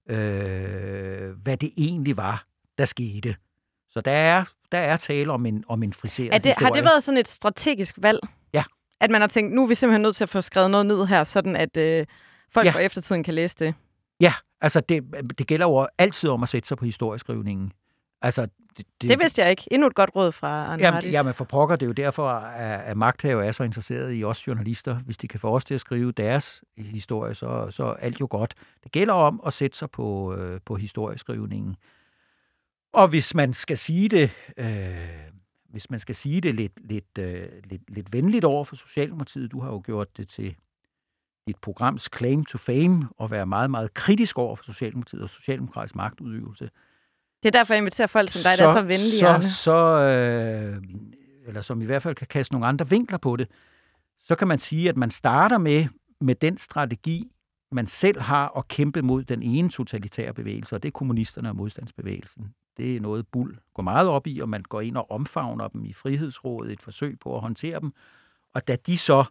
hvad det egentlig var, der skete. Så der er tale om en friseret historie. Har det været sådan et strategisk valg? Ja. At man har tænkt, nu er vi simpelthen nødt til at få skrevet noget ned her, sådan at folk for eftertiden kan læse det? Ja, altså det gælder jo altid om at sætte sig på historieskrivningen. Altså, det vidste jeg ikke. Endnu et godt råd fra Arne Hardis. Jamen for pokker, det er jo derfor, at magthavere er så interesseret i os journalister. Hvis de kan få os til at skrive deres historie, så er alt jo godt. Det gælder om at sætte sig på historieskrivningen. Og hvis man skal sige det, lidt venligt over for Socialdemokratiet, du har jo gjort det til dit programs claim to fame, og være meget, meget kritisk over for Socialdemokratiet og socialdemokratisk magtudøvelse. Det er derfor, jeg inviterer folk som dig, der er så venlige, Arne. Eller som i hvert fald kan kaste nogle andre vinkler på det, så kan man sige, at man starter med den strategi, man selv har at kæmpe mod den ene totalitære bevægelse, og det er kommunisterne og modstandsbevægelsen. Det er noget Bull går meget op i, og man går ind og omfavner dem i Frihedsrådet, et forsøg på at håndtere dem. Og da de så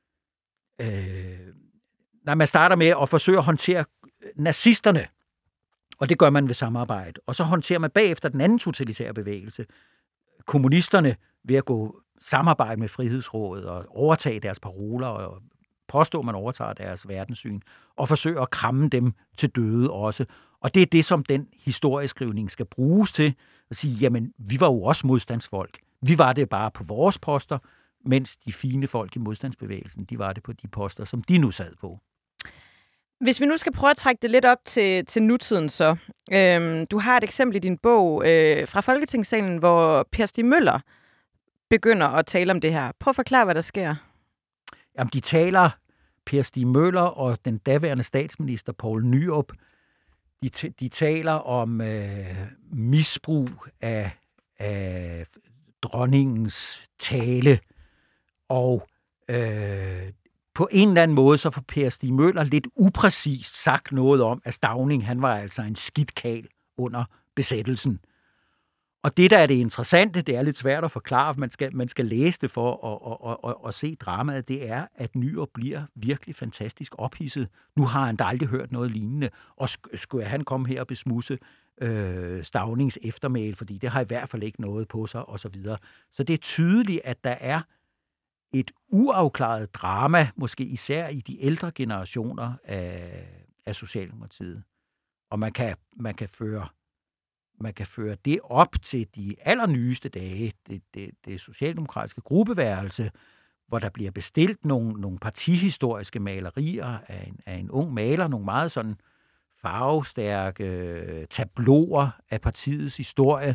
man starter med at forsøge at håndtere nazisterne, og det gør man ved samarbejde. Og så håndterer man bagefter den anden totalitære bevægelse, kommunisterne, ved at gå samarbejde med Frihedsrådet og overtage deres paroler og påstå, man overtager deres verdenssyn, og forsøge at kramme dem til døde også. Og det er det, som den historieskrivning skal bruges til. At sige, jamen, vi var jo også modstandsfolk. Vi var det bare på vores poster, mens de fine folk i modstandsbevægelsen, de var det på de poster, som de nu sad på. Hvis vi nu skal prøve at trække det lidt op til nutiden så. Du har et eksempel i din bog fra Folketingssalen, hvor Per Stig Møller begynder at tale om det her. Prøv at forklare, hvad der sker. Jamen, de taler, Per Stig Møller og den daværende statsminister Poul Nyrup, de taler om misbrug af dronningens tale, og på en eller anden måde, så får Per Stig Møller lidt upræcist sagt noget om, at Stauning, han var altså en skidt karl under besættelsen. Og det, der er det interessante, det er lidt svært at forklare, man skal læse det for at se dramaet, det er, at Nyrup bliver virkelig fantastisk ophidset. Nu har han da aldrig hørt noget lignende, og skulle han komme her og besmusse Staunings eftermæl, fordi det har i hvert fald ikke noget på sig, og så videre. Så det er tydeligt, at der er et uafklaret drama, måske især i de ældre generationer af Socialdemokratiet. Og man kan føre det op til de allernyeste dage, det socialdemokratiske gruppeværelse, hvor der bliver bestilt nogle partihistoriske malerier af en ung maler, nogle meget sådan farvestærke tabloer af partiets historie.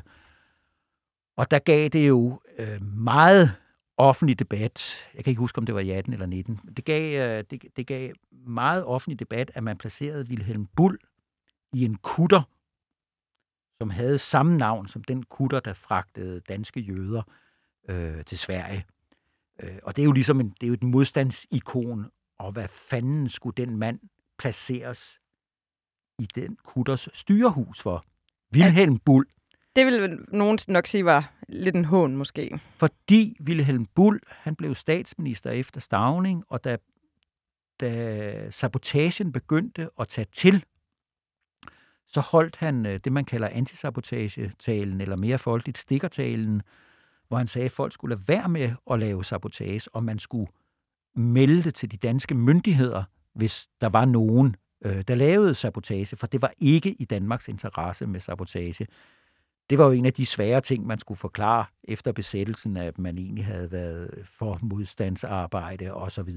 Og der gav det jo meget offentlig debat. Jeg kan ikke huske, om det var i 18 eller 19. Det gav meget offentlig debat, at man placerede Vilhelm Buhl i en kutter, som havde samme navn som den kutter, der fragtede danske jøder til Sverige. Og det er jo ligesom det er jo et modstandsikon, og hvad fanden skulle den mand placeres i den kutters styrehus for? Vilhelm Buhl. Det ville nogen nok sige var lidt en hån, måske. Fordi Vilhelm Buhl, han blev statsminister efter Stauning, og da sabotagen begyndte at tage til, så holdt han det, man kalder antisabotagetalen, eller mere folkeligt stikkertalen, hvor han sagde, at folk skulle lade være med at lave sabotage, og man skulle melde det til de danske myndigheder, hvis der var nogen, der lavede sabotage, for det var ikke i Danmarks interesse med sabotage. Det var jo en af de svære ting, man skulle forklare efter besættelsen, at man egentlig havde været for modstandsarbejde osv.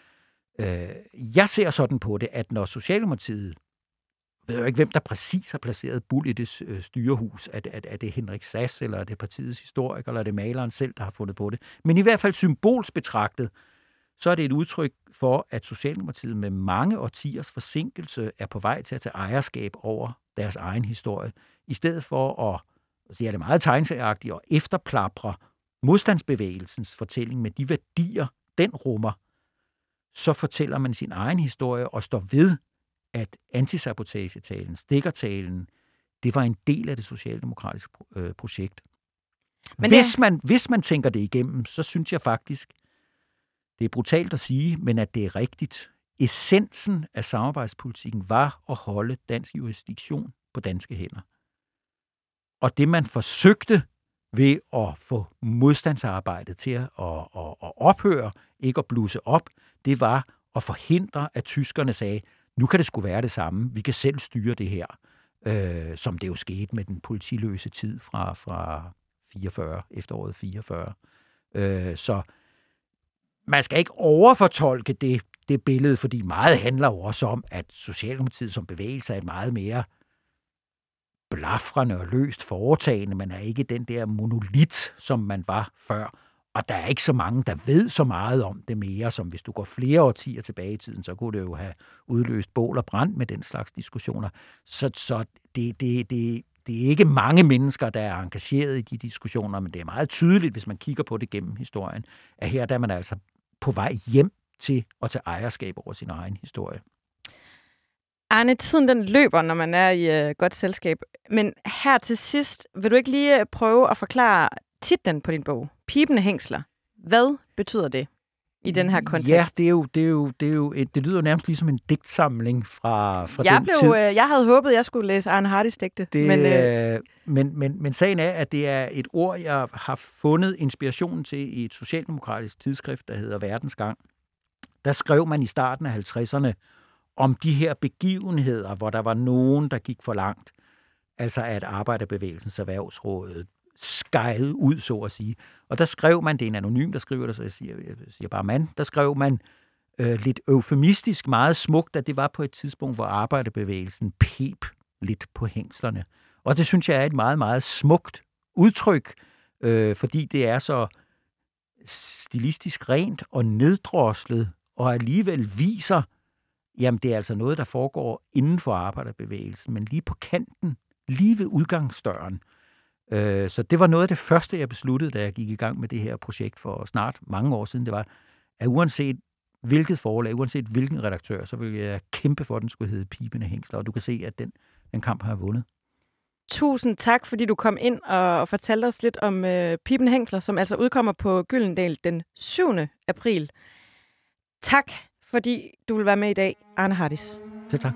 Jeg ser sådan på det, at når Socialdemokratiet, jeg ved jo ikke, hvem der præcis har placeret Buhl i det styrehus, er det Henrik Sass, eller er det partiets historiker, eller er det maleren selv, der har fundet på det. Men i hvert fald symbolsk betragtet, så er det et udtryk for, at Socialdemokratiet med mange årtiers forsinkelse er på vej til at tage ejerskab over deres egen historie, i stedet for at, så er det meget tegneserieagtigt, at efterplapre modstandsbevægelsens fortælling med de værdier, den rummer, så fortæller man sin egen historie og står ved, at antisabotagetalen, stikkertalen, det var en del af det socialdemokratiske projekt. Men hvis man tænker det igennem, så synes jeg faktisk, det er brutalt at sige, men at det er rigtigt. Essensen af samarbejdspolitikken var at holde dansk jurisdiktion på danske hænder. Og det, man forsøgte ved at få modstandsarbejdet til at ophøre, ikke at blusse op, det var at forhindre, at tyskerne sagde, nu kan det sgu være det samme, vi kan selv styre det her, som det jo skete med den politiløse tid fra 44, efteråret 44. Så man skal ikke overfortolke det billede, fordi meget handler jo også om, at Socialdemokratiet som bevægelse er et meget mere blafrende og løst foretagende. Man er ikke den der monolit, som man var før. Og der er ikke så mange, der ved så meget om det mere, som hvis du går flere årtier tilbage i tiden, så kunne det jo have udløst bål og brand med den slags diskussioner. Så det er ikke mange mennesker, der er engageret i de diskussioner, men det er meget tydeligt, hvis man kigger på det gennem historien, at her der er man altså på vej hjem til at tage ejerskab over sin egen historie. Arne, tiden den løber, når man er i godt selskab. Men her til sidst, vil du ikke lige prøve at forklare titlen på din bog? Pibende hængsler. Hvad betyder det i den her kontekst? Ja, det lyder nærmest ligesom en digtsamling fra den tid. Jeg havde håbet, jeg skulle læse Arne Hardis digte. Men sagen er, at det er et ord, jeg har fundet inspirationen til i et socialdemokratisk tidsskrift, der hedder Verdensgang. Der skrev man i starten af 50'erne om de her begivenheder, hvor der var nogen, der gik for langt. Altså at Arbejderbevægelsens Erhvervsråd skejede ud, så at sige. Og der skrev man, det er en anonym, der skriver det, så jeg siger bare mand, der skrev man lidt eufemistisk, meget smukt, at det var på et tidspunkt, hvor Arbejderbevægelsen pep lidt på hængslerne. Og det synes jeg er et meget, meget smukt udtryk, fordi det er så stilistisk rent og neddroslet, og alligevel viser, jamen det er altså noget, der foregår inden for arbejderbevægelsen, men lige på kanten, lige ved udgangsdøren. Så det var noget af det første, jeg besluttede, da jeg gik i gang med det her projekt for snart mange år siden. Det var, at uanset hvilket forlag, uanset hvilken redaktør, så ville jeg kæmpe for, at den skulle hedde Pibende Hængsler, og du kan se, at den kamp har jeg vundet. Tusind tak, fordi du kom ind og fortalte os lidt om Pibende Hængsler, som altså udkommer på Gyldendal den 7. april. Tak, fordi du vil være med i dag, Arne Hardis. Selv tak.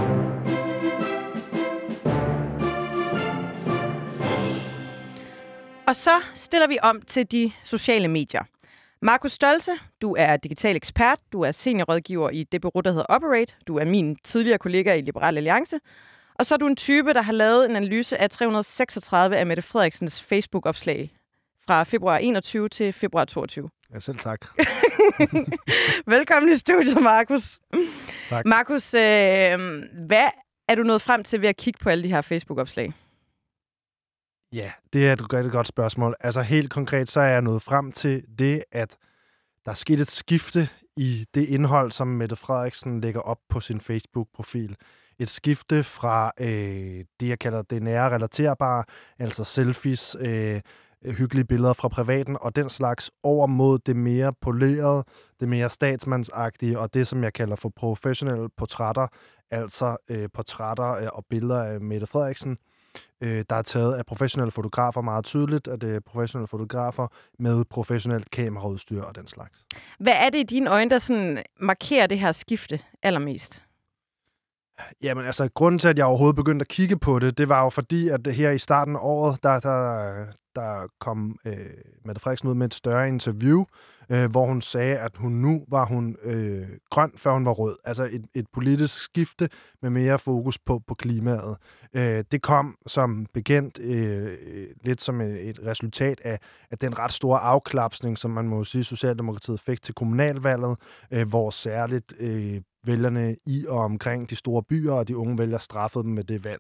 Og så stiller vi om til de sociale medier. Markus Stolze, du er digital ekspert, du er seniorrådgiver i det bureau, der hedder Operate, du er min tidligere kollega i Liberal Alliance, og så er du en type, der har lavet en analyse af 336 af Mette Frederiksens Facebook-opslag fra februar 21 til februar 22. Ja, selv tak. Velkommen i studiet, Markus. Tak. Markus, hvad er du nået frem til ved at kigge på alle de her Facebook-opslag? Ja, det er et godt spørgsmål. Altså helt konkret, så er jeg nået frem til det, at der er sket et skifte i det indhold, som Mette Frederiksen lægger op på sin Facebook-profil. Et skifte fra det, jeg kalder det nære relaterbare, altså selfies, hyggelige billeder fra privaten og den slags, over mod det mere polerede, det mere statsmandsagtige og det, som jeg kalder for professionelle portrætter, altså portrætter og billeder af Mette Frederiksen, der er taget af professionelle fotografer meget tydeligt, at det er professionelle fotografer med professionelt kameraudstyr og den slags. Hvad er det i dine øjne, der sådan markerer det her skifte allermest? Jamen altså, grunden til, at jeg overhovedet begyndte at kigge på det, det var jo fordi, at her i starten af året, der kom Mette Frederiksen ud med et større interview, hvor hun sagde, at nu var hun grøn, før hun var rød. Altså et politisk skifte med mere fokus på klimaet. Det kom som bekendt lidt som et resultat af den ret store afklapsning, som man må sige, Socialdemokratiet fik til kommunalvalget, hvor særligt vælgerne i og omkring de store byer og de unge vælgere straffede dem med det valg.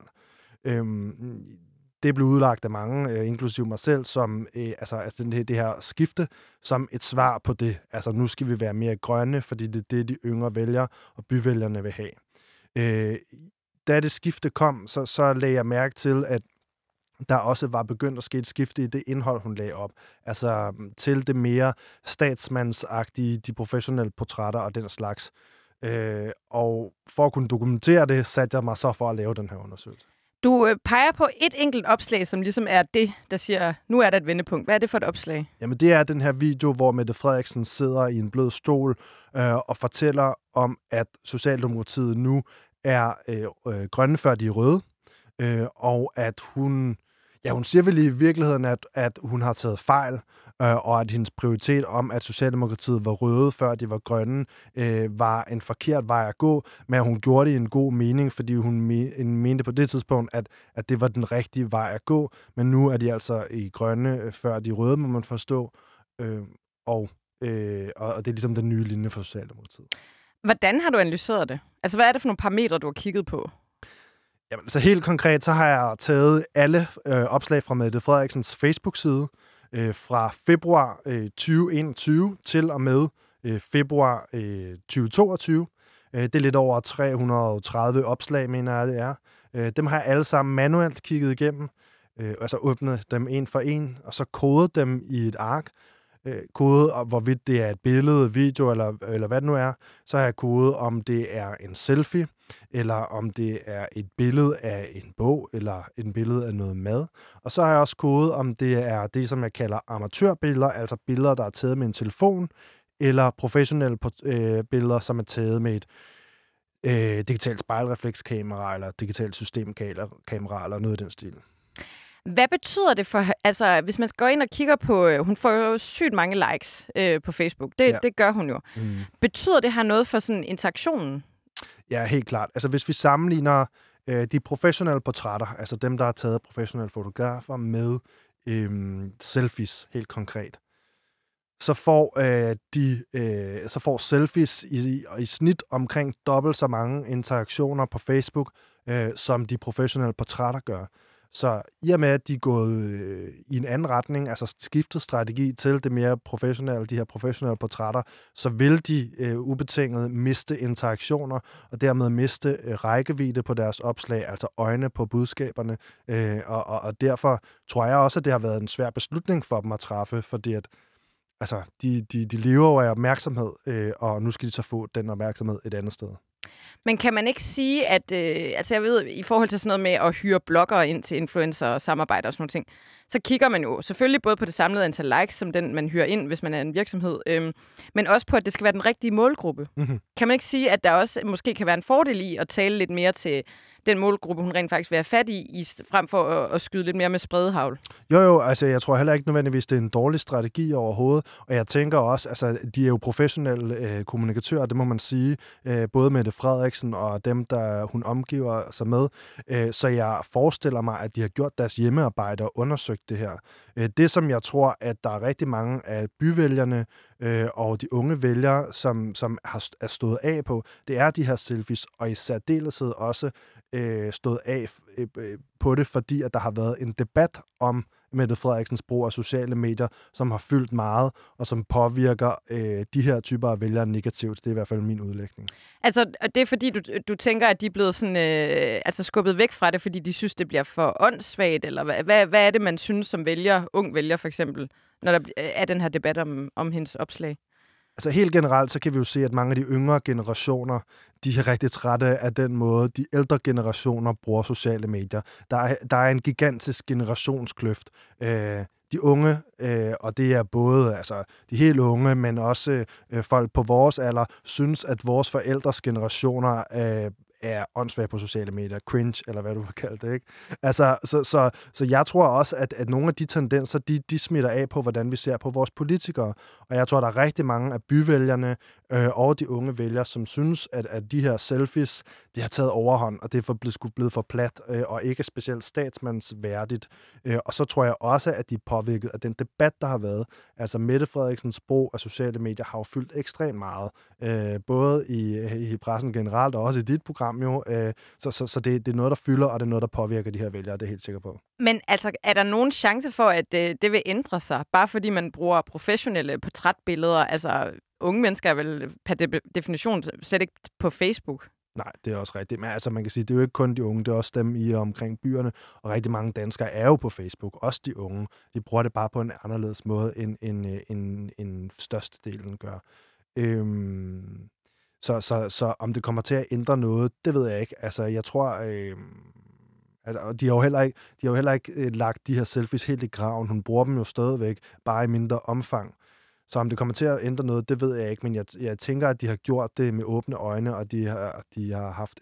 Det blev udlagt af mange, inklusive mig selv, som det her skifte, som et svar på det. Altså, nu skal vi være mere grønne, fordi det er det, de yngre vælgere og byvælgerne vil have. Da det skifte kom, så lagde jeg mærke til, at der også var begyndt at ske et skifte i det indhold, hun lagde op. Altså til det mere statsmandsagtige, de professionelle portrætter og den slags. Og for at kunne dokumentere det, satte jeg mig så for at lave den her undersøgelse. Du peger på et enkelt opslag, som ligesom er det, der siger, nu er der et vendepunkt. Hvad er det for et opslag? Jamen, det er den her video, hvor Mette Frederiksen sidder i en blød stol og fortæller om, at Socialdemokratiet nu er grønne, før de er røde. Og at hun siger vel i virkeligheden, at hun har taget fejl, og at hendes prioritet om, at Socialdemokratiet var røde, før de var grønne, var en forkert vej at gå, men hun gjorde det i en god mening, fordi hun mente på det tidspunkt, at det var den rigtige vej at gå, men nu er de altså i grønne, før de røde, må man forstå, og det er ligesom den nye linje for Socialdemokratiet. Hvordan har du analyseret det? Altså, hvad er det for nogle parametre, du har kigget på? Jamen, så helt konkret, så har jeg taget alle opslag fra Mette Frederiksens Facebook-side fra februar 2021 til og med februar 2022. Det er lidt over 330 opslag, mener jeg, det er. Dem har jeg alle sammen manuelt kigget igennem, altså åbnet dem en for en, og så kodet dem i et ark. Kodet, hvorvidt det er et billede, video eller hvad det nu er, så har jeg kodet, om det er en selfie, eller om det er et billede af en bog, eller et billede af noget mad. Og så har jeg også kodet, om det er det, som jeg kalder amatørbilleder, altså billeder, der er taget med en telefon, eller professionelle billeder, som er taget med et digitalt spejlreflekskamera, eller digitalt systemkamera, eller noget i den stil. Hvad betyder det for, altså hvis man går ind og kigger på, hun får jo sygt mange likes på Facebook, det gør hun jo. Betyder det her noget for sådan interaktionen? Ja, helt klart. Altså hvis vi sammenligner de professionelle portrætter, altså dem, der har taget professionelle fotografer med selfies helt konkret, så får selfies i snit omkring dobbelt så mange interaktioner på Facebook, som de professionelle portrætter gør. Så i og med, at de er gået i en anden retning, altså skiftet strategi til det mere professionelle, de her professionelle portrætter, så vil de ubetinget miste interaktioner, og dermed miste rækkevidde på deres opslag, altså øjne på budskaberne. Og derfor tror jeg også, at det har været en svær beslutning for dem at træffe, fordi at altså, de lever jo af opmærksomhed, og nu skal de så få den opmærksomhed et andet sted. Men kan man ikke sige, at jeg ved, i forhold til sådan noget med at hyre bloggere ind til influencer og samarbejde og sådan nogle ting, så kigger man jo selvfølgelig både på det samlede antal likes, som den man hyrer ind, hvis man er en virksomhed, men også på, at det skal være den rigtige målgruppe. Mm-hmm. Kan man ikke sige, at der også måske kan være en fordel i at tale lidt mere til den målgruppe, hun rent faktisk vil have fat i frem for at skyde lidt mere med spredehagl? Jo, altså jeg tror heller ikke nødvendigvis, det er en dårlig strategi overhovedet, og jeg tænker også, altså de er jo professionelle kommunikatører, det må man sige, både Mette Frederiksen og dem, der hun omgiver sig med, så jeg forestiller mig, at de har gjort deres hjemmearbejde og undersøgt det her. Det, som jeg tror, at der er rigtig mange af byvælgerne og de unge vælgere, som er stået af på, det er de her selfies, og i særdeleshed også stået af på det, fordi at der har været en debat om Mette Frederiksens brug af sociale medier, som har fyldt meget, og som påvirker de her typer af vælgere negativt. Det er i hvert fald min udlægning. Altså, det er fordi, du tænker, at de er blevet sådan, skubbet væk fra det, fordi de synes, det bliver for åndssvagt, eller hvad er det, man synes som ung vælger for eksempel, når der er den her debat om hendes opslag? Altså helt generelt, så kan vi jo se, at mange af de yngre generationer, de er rigtig trætte af den måde, de ældre generationer bruger sociale medier. Der er en gigantisk generationskløft. De unge, og det er både altså, de helt unge, men også folk på vores alder, synes, at vores forældres generationer er åndssvagt på sociale medier, cringe, eller hvad du vil kalde det, ikke? Altså, så jeg tror også, at nogle af de tendenser, de smitter af på, hvordan vi ser på vores politikere. Og jeg tror, der er rigtig mange af byvælgerne og de unge vælgere, som synes, at de her selfies, de har taget overhånd, og det er blevet for plat, og ikke specielt statsmandsværdigt. Og så tror jeg også, at de er påvirket af den debat, der har været. Altså, Mette Frederiksens brug af sociale medier har jo fyldt ekstremt meget, både i pressen generelt, og også i dit program jo. Så det er noget, der fylder, og det er noget, der påvirker de her vælgere, det er jeg helt sikker på. Men altså, er der nogen chance for, at det vil ændre sig, bare fordi man bruger professionelle portrætbilleder? Altså, unge mennesker er vel per definition slet ikke på Facebook. Nej, det er også rigtigt. Men altså, man kan sige, det er jo ikke kun de unge, det er også dem i og omkring byerne, og rigtig mange danskere er jo på Facebook, også de unge. De bruger det bare på en anderledes måde, end størstedelen gør. Så om det kommer til at ændre noget, det ved jeg ikke. Altså, jeg tror, de har jo heller ikke lagt de her selfies helt i graven. Hun bruger dem jo stadigvæk, bare i mindre omfang. Så om det kommer til at ændre noget, det ved jeg ikke, men jeg tænker, at de har gjort det med åbne øjne, og de har haft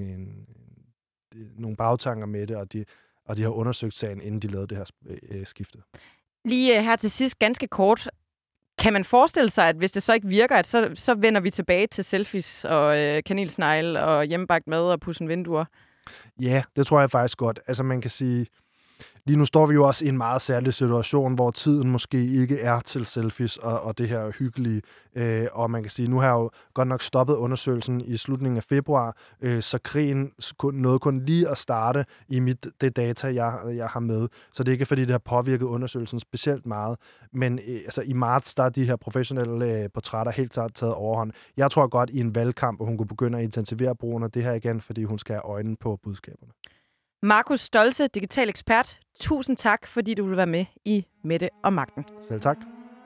nogle bagtanker med det, og de har undersøgt sagen, inden de lavede det her skifte. Lige her til sidst, ganske kort. Kan man forestille sig, at hvis det så ikke virker, at så vender vi tilbage til selfies og kanelsnegle og hjemmebagt mad og pussen vinduer? Ja, det tror jeg faktisk godt. Altså man kan sige, lige nu står vi jo også i en meget særlig situation, hvor tiden måske ikke er til selfies og det her hyggelige. Og man kan sige, nu har jeg jo godt nok stoppet undersøgelsen i slutningen af februar, så krigen nåede kun lige at starte i det data, jeg har med. Så det er ikke fordi, det har påvirket undersøgelsen specielt meget. Men altså, i marts, der er de her professionelle portrætter helt taget overhånd. Jeg tror godt i en valgkamp, at hun kunne begynde at intensivere brugen af det her igen, fordi hun skal have øjnene på budskaberne. Markus Stoltze, digital ekspert. Tusind tak, fordi du vil være med i Mette og Magten. Selv tak.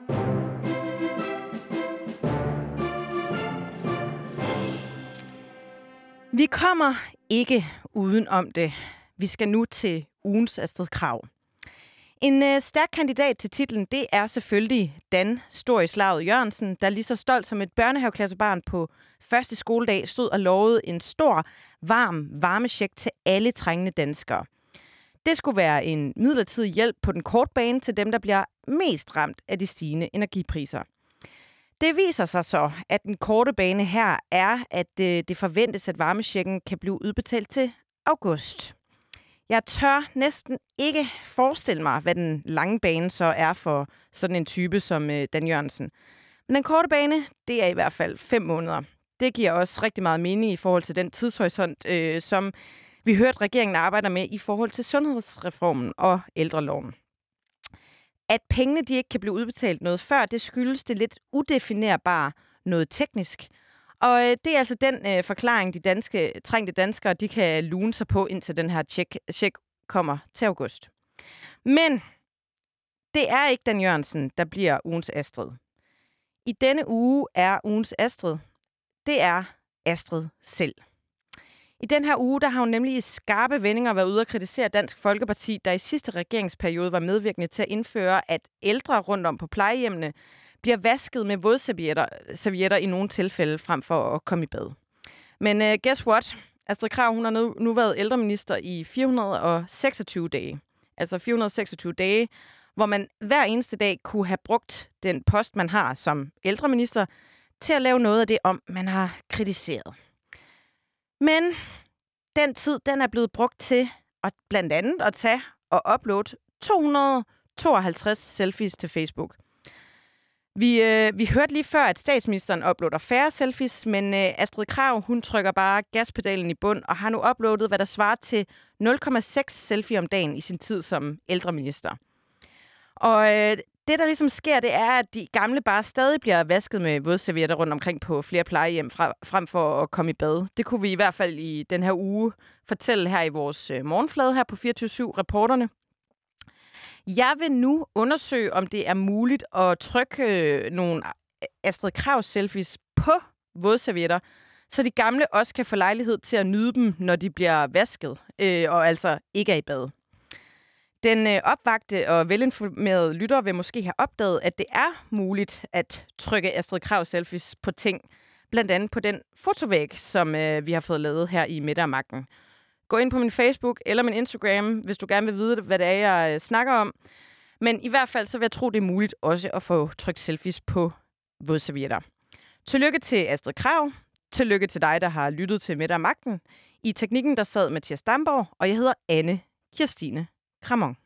Vi kommer ikke uden om det. Vi skal nu til ugens Astrid Krag. En stærk kandidat til titlen, det er selvfølgelig Dan Storislaget Jørgensen, der lige så stolt som et børnehaveklassebarn på første skoledag stod og lovede en stor, varm varmecheck til alle trængende danskere. Det skulle være en midlertidig hjælp på den korte bane til dem, der bliver mest ramt af de stigende energipriser. Det viser sig så, at den korte bane her er, at det forventes, at varmechecken kan blive udbetalt til august. Jeg tør næsten ikke forestille mig, hvad den lange bane så er for sådan en type som Dan Jørgensen. Men den korte bane, det er i hvert fald 5 måneder. Det giver også rigtig meget mening i forhold til den tidshorisont, som vi hørte regeringen arbejder med i forhold til sundhedsreformen og ældreloven. At pengene de ikke kan blive udbetalt noget før, det skyldes det lidt udefinerbare noget teknisk. Og det er altså den forklaring, de trængte danskere de kan lune sig på, indtil den her check kommer til august. Men det er ikke Dan Jørgensen, der bliver ugens Astrid. I denne uge er ugens Astrid, det er Astrid selv. I den her uge, der har hun nemlig i skarpe vendinger været ude at kritisere Dansk Folkeparti, der i sidste regeringsperiode var medvirkende til at indføre, at ældre rundt om på plejehjemmene bliver vasket med vådservietter i nogle tilfælde, frem for at komme i bad. Men guess what? Astrid Krag, hun har nu været ældreminister i 426 dage. Altså 426 dage, hvor man hver eneste dag kunne have brugt den post, man har som ældreminister, til at lave noget af det om, man har kritiseret. Men den tid, den er blevet brugt til at blandt andet at tage og uploade 252 selfies til Facebook. Vi hørte lige før, at statsministeren uploader færre selfies, men Astrid Krag, hun trykker bare gaspedalen i bund og har nu uploadet, hvad der svarer til 0,6 selfie om dagen i sin tid som ældreminister. Og det, der ligesom sker, det er, at de gamle bare stadig bliver vasket med vådservietter rundt omkring på flere plejehjem, frem for at komme i bad. Det kunne vi i hvert fald i den her uge fortælle her i vores morgenflade her på 24/7 Reporterne. Jeg vil nu undersøge, om det er muligt at trykke nogle Astrid Krag selfies på vådservietter, så de gamle også kan få lejlighed til at nyde dem, når de bliver vasket, og altså ikke er i bad. Den opvagte og velinformerede lytter vil måske have opdaget, at det er muligt at trykke Astrid Krag selfies på ting, blandt andet på den fotovæg, som vi har fået lavet her i Mette og Magten. Gå ind på min Facebook eller min Instagram, hvis du gerne vil vide, hvad det er, jeg snakker om. Men i hvert fald så vil jeg tro, det er muligt også at få trykt selfies på vådservietter. Tillykke til Astrid Krag. Tillykke til dig, der har lyttet til Mette og Magten. I teknikken der sad Mathias Damborg, og jeg hedder Anne Kirstine Kramon.